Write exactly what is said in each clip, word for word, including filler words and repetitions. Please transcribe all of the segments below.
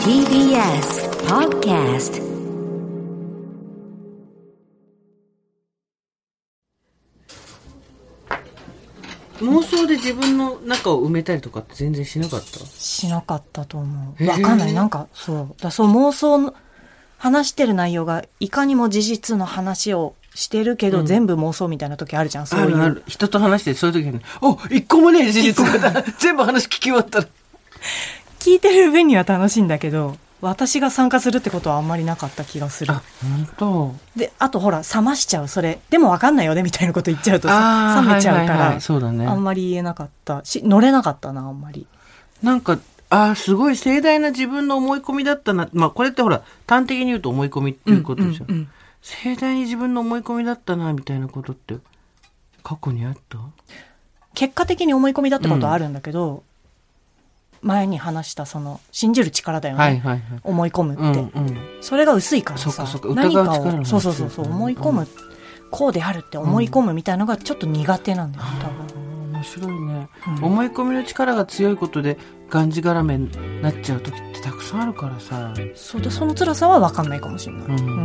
ティービーエス Podcast。 妄想で自分の中を埋めたりとかって全然しなかった？ しなかったと思う。わかんない。なんかそうだ、そう妄想の話してる内容がいかにも事実の話をしてるけど、うん、全部妄想みたいな時あるじゃん。そういうあるある。人と話してそういう時に、お一個もねえ事実が全部話聞き終わったら聞いてる分には楽しいんだけど、私が参加するってことはあんまりなかった気がする。 あ、本当。 で、あとほら冷ましちゃう、それでも分かんないよねみたいなこと言っちゃうとさ、冷めちゃうから、はいはいはい、 そうだね、 あんまり言えなかったし、乗れなかったな、あんまり。 なんかあすごい盛大な自分の思い込みだったな、まあこれってほら端的に言うと思い込みっていうことでしょ、うんうんうん、盛大に自分の思い込みだったなみたいなことって過去にあった？ 結果的に思い込みだってことはあるんだけど、うん、前に話したその信じる力だよね、 はいはいはい、 思い込むって、 うんうん、 それが薄いからさ、 そうかそうか、疑う力もそうそうそうそう、思い込む、うん、こうであるって思い込むみたいなのがちょっと苦手なんだよ、うん、多分。 面白いね、うん、思い込みの力が強いことでがんじがらめになっちゃう時ってたくさんあるからさ、 そうだ、その辛さは分かんないかもしれない、うんうん、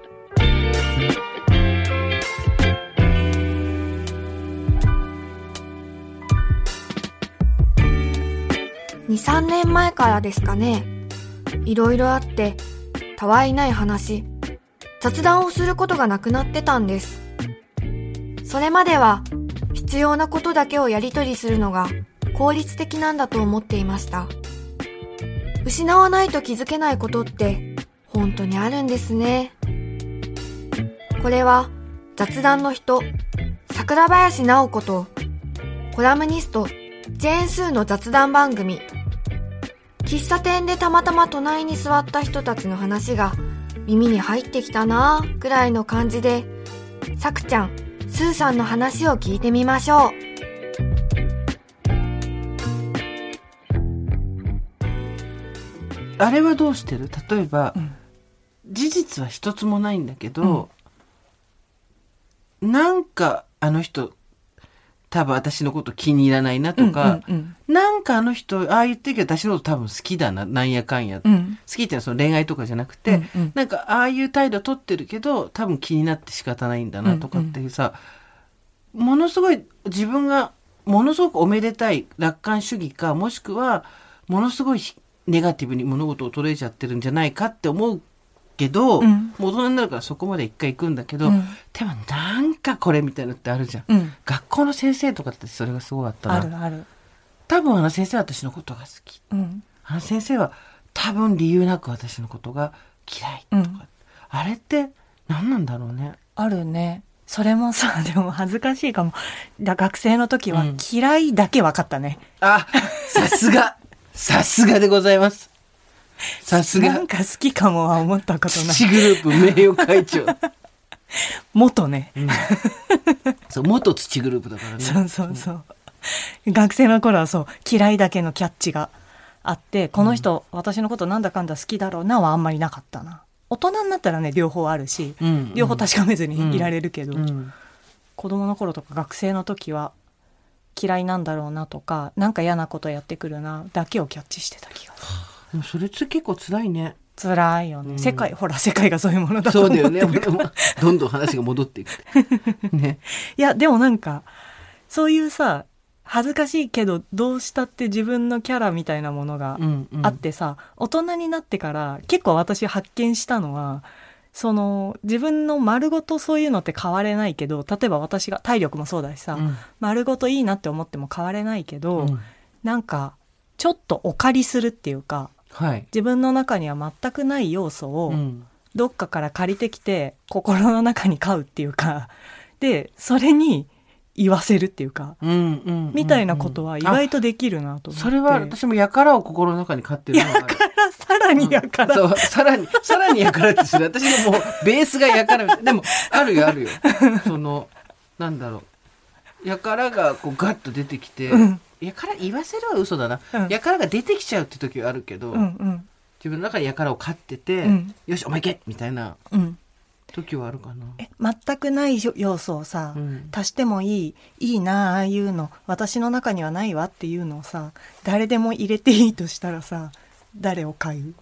にさんねんまえからですかね。いろいろあってたわいない話、雑談をすることがなくなってたんです。それまでは必要なことだけをやり取りするのが効率的なんだと思っていました。失わないと気づけないことって本当にあるんですね。これは雑談の人、桜林直子とコラムニストジェーンスーの雑談番組。喫茶店でたまたま隣に座った人たちの話が耳に入ってきたなぁくらいの感じで、さくちゃん、スーさんの話を聞いてみましょう。 あれはどうしてる？例えば、うん、事実は一つもないんだけど、うん、なんかあの人多分私のこと気に入らないなとか、うんうんうん、なんかあの人ああ言ってるけど私のこと多分好きだな、なんやかんや、うん、好きっていうのはその恋愛とかじゃなくて、うんうん、なんかああいう態度取ってるけど多分気になって仕方ないんだなとかっていうさ、うんうん、ものすごい自分がものすごくおめでたい楽観主義か、もしくはものすごいネガティブに物事を捉えちゃってるんじゃないかって思うけど、うん、もう大人になるからそこまで一回行くんだけど、うん、でもなんかこれみたいなのってあるじゃん、うん、学校の先生とかってそれがすごかったな。 あるある。 多分あの先生は私のことが好き、うん、あの先生は多分理由なく私のことが嫌いとか、うん、あれって何なんだろうね。 あるね。それもさ、でも恥ずかしいかも。だ学生の時は嫌いだけ分かったね、 うん、あ、さすがさすがでございます。さすが。 なんか好きかもは思ったことない。 土グループ名誉会長元ね、 うん、そう元土グループだからね。 そうそうそう、うん、学生の頃はそう嫌いだけのキャッチがあって、この人、うん、私のことなんだかんだ好きだろうなはあんまりなかったな。大人になったらね両方あるし、うんうん、両方確かめずにいられるけど、うんうん、子供の頃とか学生の時は嫌いなんだろうなとか、なんか嫌なことやってくるなだけをキャッチしてた気がする。 でもそれって結構辛いね。 辛いよね、うん、世界ほら世界がそういうものだと思ってるから。 そうだよねどんどん話が戻っていくね。 いやでもなんかそういうさ、恥ずかしいけどどうしたって自分のキャラみたいなものがあってさ、うんうん、大人になってから結構私発見したのは、その自分の丸ごとそういうのって変われないけど、例えば私が体力もそうだしさ、うん、丸ごといいなって思っても変われないけど、うん、なんかちょっとお借りするっていうか、はい、自分の中には全くない要素をどっかから借りてきて心の中に飼うっていうか、でそれに言わせるっていうか、うんうんうんうん、みたいなことは意外とできるなと思って。 それは私もやからを心の中に飼ってるのがある。 やからさらにやから、 うん、そうさらにさらにやからってする。私のもうベースがやからみたいな。でもあるよあるよ。そのなんだろう、やからがこうガッと出てきて、うん、やから言わせるは嘘だな、うん、やからが出てきちゃうって時はあるけど、うんうん、自分の中でやからを飼ってて、うん、よしお前行けみたいな、うん時はあるかな。 え全くない要素をさ、うん、足してもいいいいな、ああいうの私の中にはないわっていうのをさ、誰でも入れていいとしたらさ、 誰を買う？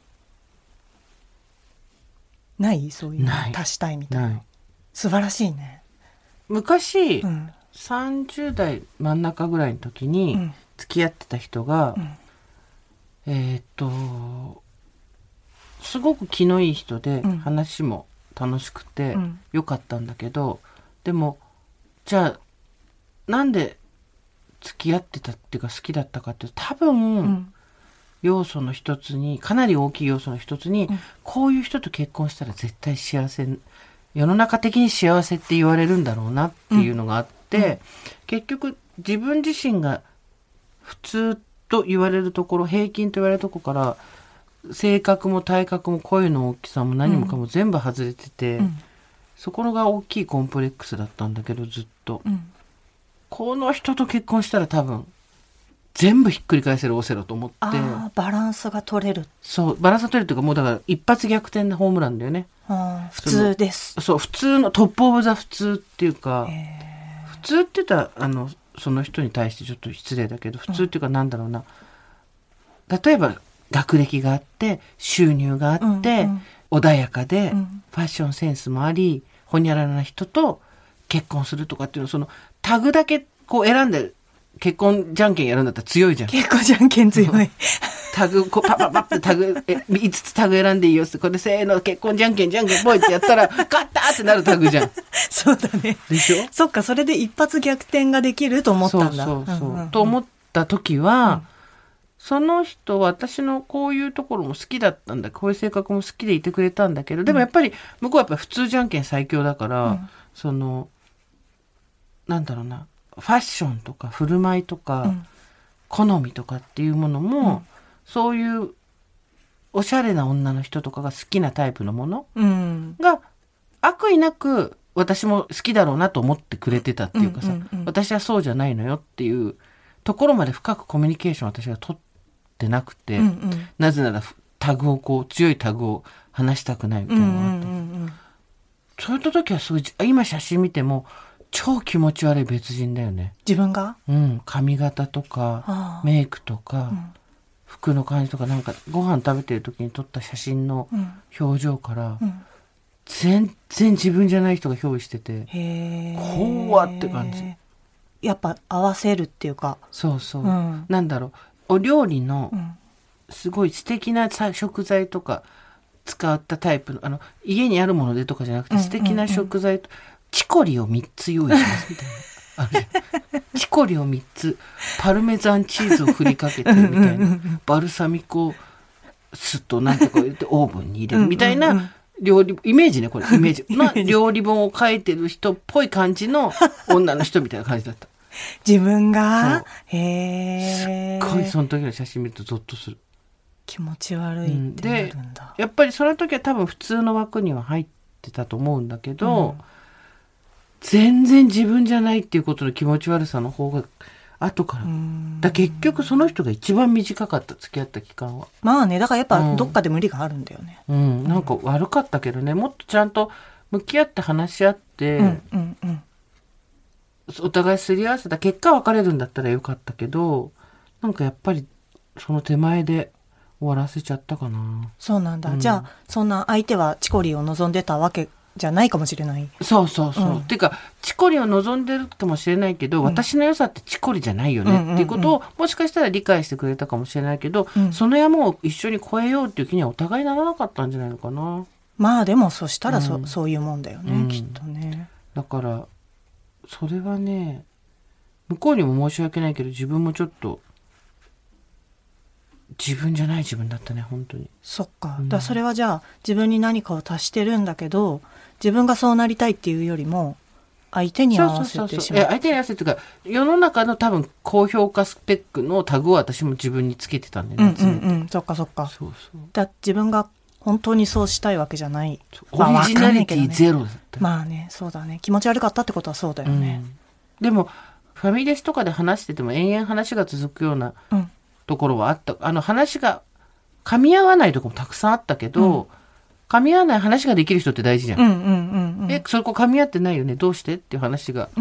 ないそういうの足したいみたいな。 ない素晴らしいね。 昔、 うん、 さんじゅう代真ん中ぐらいの時に付き合ってた人が、うん、えー、っとすごく気のいい人で、うん、話も楽しくて、うん、よかったんだけど、でもじゃあなんで付き合ってたっていうか好きだったかっていうと、多分、うん、要素の一つに、かなり大きい要素の一つに、うん、こういう人と結婚したら絶対幸せ、世の中的に幸せって言われるんだろうなっていうのがあって、うんうん、結局自分自身が普通と言われるところ、平均と言われるところから性格も体格も声の大きさも何もかも全部外れてて、うん、そこが大きいコンプレックスだったんだけど、ずっと、うん、この人と結婚したら多分全部ひっくり返せるオセロと思って、 あ、バランスが取れる。 そう、バランスが取れるというか、もうだから一発逆転のホームランだよね。 あ、普通です。 そう、普通のトップオブザ普通っていうか、普通って言ったらあのその人に対してちょっと失礼だけど、普通っていうかなんだろうな、うん、例えば学歴があって収入があって、うんうん、穏やかで、うん、ファッションセンスもありほにゃららな人と結婚するとかっていうの、そのタグだけこう選んで結婚じゃんけんやるんだったら強いじゃん。 結婚じゃんけん強い。 タグ、こうパパパってタグ、え、いつつタグ選んでいいよって、これせーの、結婚じゃんけんじゃんけんぽいってやったら、勝ったってなるタグじゃん。 そうだね。 でしょ？ そっか、それで一発逆転ができると思ったんだ。 そうそうそう。うんうん、と思った時は、うん、その人、私のこういうところも好きだったんだ、こういう性格も好きでいてくれたんだけど、でもやっぱり、向こうはやっぱり普通じゃんけん最強だから、うん、その、なんだろうな、ファッションとか振る舞いとか、うん、好みとかっていうものも、うん、そういうおしゃれな女の人とかが好きなタイプのものが悪意なく私も好きだろうなと思ってくれてたっていうかさ、うんうんうん、私はそうじゃないのよっていうところまで深くコミュニケーションを私が取ってなくて、うんうん、なぜならタグをこう強いタグを離したくないみたいなのがあって、うんうんうん、そういった時はすごい、今写真見ても超気持ち悪い別人だよね。 自分が？ うん、髪型とかメイクとか、うん、服の感じとか、なんかご飯食べてる時に撮った写真の表情から、うん、全然自分じゃない人が憑依してて、へー、怖って感じ。 やっぱ合わせるっていうか、 そうそう、うん、なんだろう、お料理のすごい素敵な食材とか使ったタイプの、あの家にあるものでとかじゃなくて素敵な食材と、うんうんうん、チコリをみっつ用意しますみたいな。あるじゃん。チコリをみっつ、パルメザンチーズを振りかけてみたいな、バルサミコ酢となんとか入れてオーブンに入れるみたいな料理、イメージね、これイメージ。まあ、料理本を書いてる人っぽい感じの女の人みたいな感じだった。 自分が？へー。 すっごいその時の写真見るとゾッとする。 気持ち悪いってなるんだ。 で、やっぱりその時は多分普通の枠には入ってたと思うんだけど、うん、全然自分じゃないっていうことの気持ち悪さの方が後から、だ結局その人が一番短かった、付き合った期間は。 まあね、だからやっぱどっかで無理があるんだよね。 うん、うん、なんか悪かったけどね、もっとちゃんと向き合って話し合って、うんうんうん、お互いすり合わせた結果別れるんだったらよかったけど、なんかやっぱりその手前で終わらせちゃったかな。 そうなんだ、うん、じゃあそんな相手はチコリを望んでたわけじゃないかもしれない。 そうそうそう、うん、っていうかチコリを望んでるかもしれないけど、うん、私の良さってチコリじゃないよね、うんうんうん、っていうことをもしかしたら理解してくれたかもしれないけど、うん、その山を一緒に越えようっていう気にはお互いならなかったんじゃないのかな。 まあでもそしたら そ,、うん、そういうもんだよね、うん、きっとね。 だからそれはね、向こうにも申し訳ないけど自分もちょっと自分じゃない自分だったね、本当に。 そっか、うん、だそれはじゃあ自分に何かを足してるんだけど、自分がそうなりたいっていうよりも相手に合わせてしまう。そうそうそう、 相手に合わせてというか、世の中の多分高評価スペックのタグを私も自分につけてたんでね。 うんうんうん、そっかそっか。そうそう、だ自分が本当にそうしたいわけじゃない。 オリジナリティゼロだった。 まあね、そうだね。気持ち悪かったってことはそうだよね。うん、 でもファミレスとかで話してても延々話が続くようなところはあった。あの話が噛み合わないところもたくさんあったけど、うん、噛み合わない話ができる人って大事じゃん。うんうんうんうん、え、そこ噛み合ってないよね、どうしてっていう話が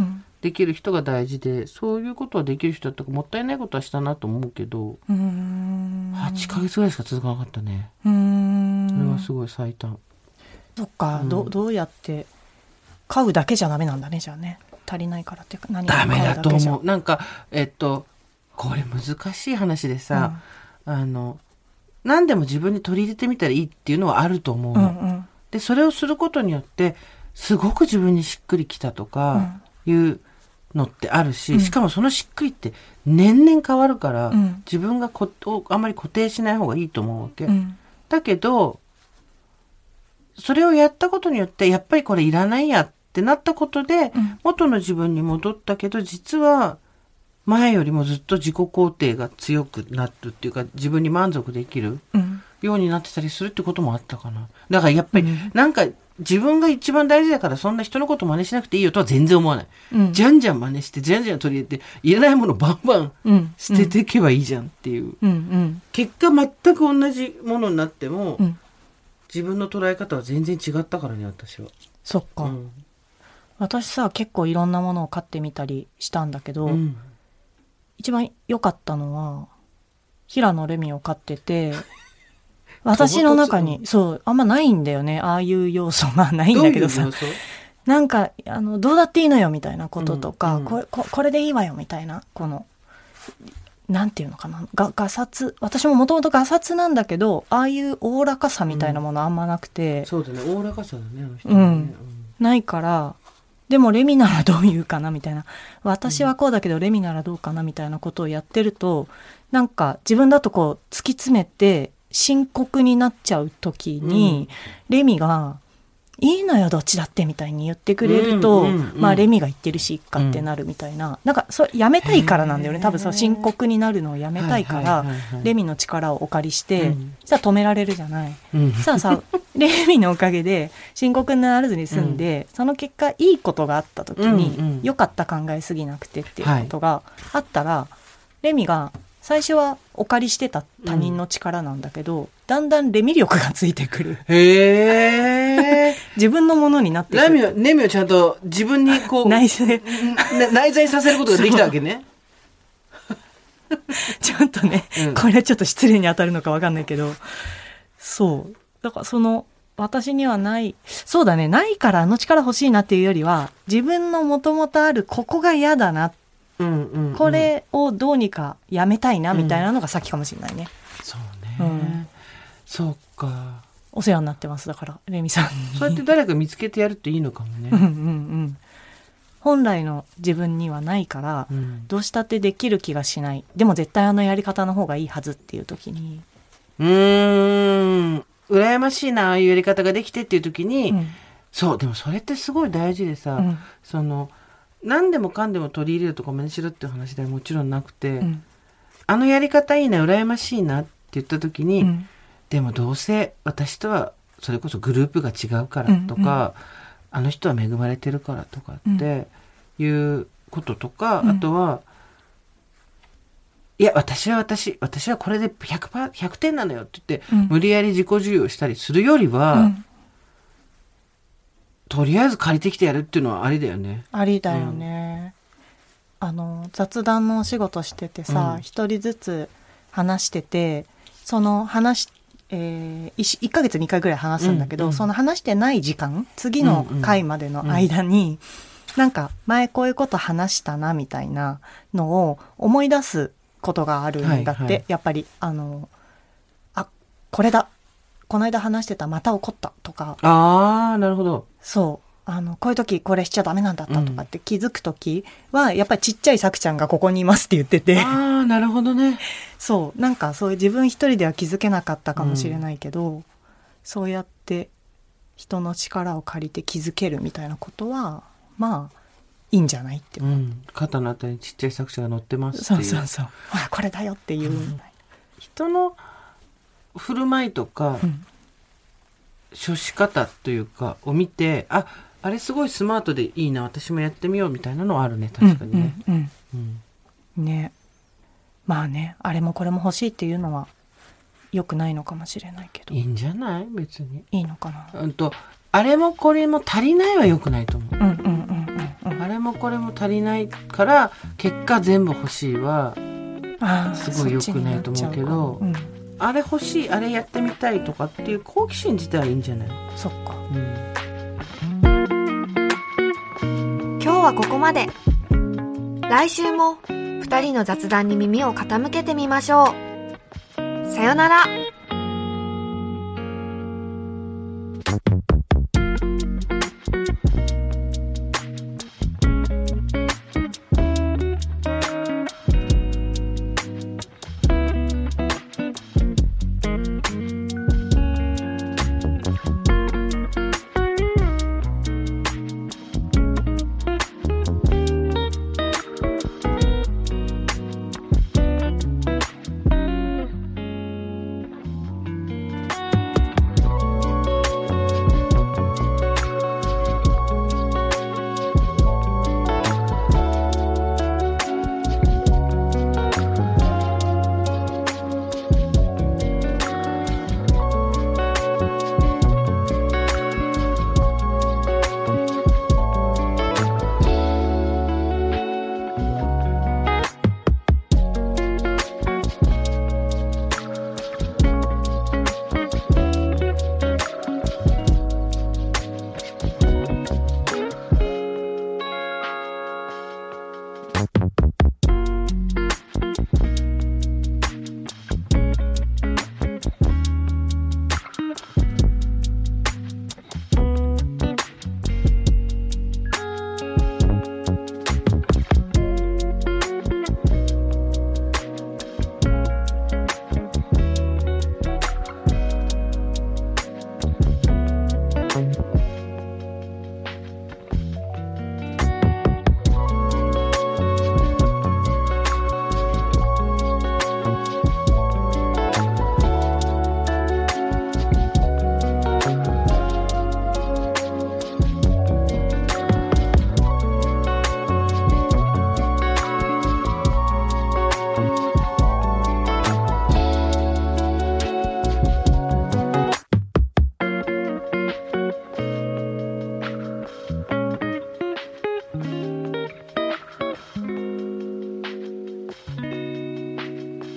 できる人が大事で、そういうことはできる人だったからもったいないことはしたなと思うけど、 うーんはちかげつぐらいしか続かなかったね。 うーんそれはすごい最短。 そっか、うん、ど, どうやって飼うだけじゃダメなんだね。じゃあね、足りないからって何ダメだと思う。なんかえっとこれ難しい話でさ、うん、あの何でも自分に取り入れてみたらいいっていうのはあると思うの、うんうん、でそれをすることによってすごく自分にしっくりきたとかいうのってあるし、うん、しかもそのしっくりって年々変わるから、うん、自分がこあんまり固定しない方がいいと思うわけ、うん、だけどそれをやったことによってやっぱりこれいらないやってなったことで、うん、元の自分に戻ったけど実は前よりもずっと自己肯定が強くなるっていうか自分に満足できるようになってたりするってこともあったかな。だからやっぱりなんか自分が一番大事だからそんな人のこと真似しなくていいよとは全然思わない、うん、じゃんじゃん真似してじゃんじゃん取り入れていらないものバンバン捨てていけばいいじゃんっていう、うんうん、結果全く同じものになっても、うん、自分の捉え方は全然違ったからね私は。 そっか、うん、私さ結構いろんなものを飼ってみたりしたんだけど、うん、一番良かったのは平野レミを飼ってて私の中にそうあんまないんだよね、ああいう要素がないんだけどさ、どういう要素？なんかあのどうだっていいのよみたいなこととか、うんうん、これ、これでいいわよみたいな、このなんていうのかな、がガサツ、私ももともとガサツなんだけどああいうおおらかさみたいなものあんまなくて、 うん、そうだね、おおらかさだねあの人ね、うん、ないから、でもレミならどう言うかなみたいな、私はこうだけどレミならどうかなみたいなことをやってると、なんか自分だとこう突き詰めて深刻になっちゃう時に、うん、レミがいいのよどっちだってみたいに言ってくれると、うんうんうん、まあレミが言ってるしいっかってなるみたいな、うん、なんかそれやめたいからなんだよね、多分そう深刻になるのをやめたいから、はいはいはいはい、レミの力をお借りして、うん、じゃあ止められるじゃない、うん、さあさレミのおかげで深刻にならずに済んで、うん、その結果いいことがあった時に、うんうん、よかった考えすぎなくてっていうことがあったら、はい、レミが最初はお借りしてた他人の力なんだけど、うん、だんだんレミ力がついてくる。へー自分のものになってくる。 レミを、レミをちゃんと自分にこう内在内在させることができたわけね。 ちょっとね、うん、これはちょっと失礼に当たるのか分かんないけど、そうだからその私にはない、そうだね、ないからあの力欲しいなっていうよりは自分のもともとあるここが嫌だなって、うんうんうん、これをどうにかやめたいなみたいなのが先かもしれないね、 うん、そうね、うん、そうか、 お世話になってます。だからレミさんにそうやって誰か見つけてやるっていいのかもねうんうん、うん、本来の自分にはないから、うん、どうしたってできる気がしない、でも絶対あのやり方の方がいいはずっていう時に、 うーん羨ましいなああいうやり方ができてっていう時に、うん、そうでもそれってすごい大事でさ、うん、その何でもかんでも取り入れるとか真似しろっていう話ではもちろんなくて、うん、あのやり方いいな羨ましいなって言った時に、うん、でもどうせ私とはそれこそグループが違うからとか、うんうん、あの人は恵まれてるからとかっていうこととか、うん、あとはいや私は私私はこれで ひゃくパーセント ひゃくてんなのよって言って、うん、無理やり自己授与したりするよりは、うん、とりあえず借りてきてやるっていうのはありだよね。 ありだよね、うん、あの雑談のお仕事しててさ、一、うん、人ずつ話してて、その話、えー、いっかげつにかいぐらい話すんだけど、うんうん、その話してない時間、次の回までの間に、うんうん、なんか前こういうこと話したなみたいなのを思い出すことがあるんだって、はいはい、やっぱりあのあこれだこの間話してたまた怒ったとか、 あーなるほど、 そうあのこういう時これしちゃダメなんだったとかって気づく時は、うん、やっぱりちっちゃいさくちゃんがここにいますって言ってて、 あーなるほどね、 そうなんかそういう自分一人では気づけなかったかもしれないけど、うん、そうやって人の力を借りて気づけるみたいなことはまあいいんじゃないって、うん、 肩のあたりにちっちゃい作者が乗ってますっていう、 そうそうそう、ほらこれだよっていう、うん、 人の振る舞いとか、うん、処し方というかを見て、ああれすごいスマートでいいな私もやってみようみたいなのはあるね、確かにね、うんうんうんうん、ね、まあねあれもこれも欲しいっていうのは良くないのかもしれないけど、 いいんじゃない別にいいのかな、 うんとあれもこれも足りないは良くないと思う、うんうんうんうん、あれももこれも足りないから結果全部欲しいはすごい良くないと思うけど、うん、あれ欲しいあれやってみたいとかっていう好奇心自体はいいんじゃない？ そっか、 うん、 今日はここまで。来週もふたりの雑談に耳を傾けてみましょう。さよなら。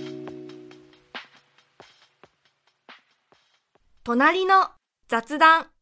隣の雑談。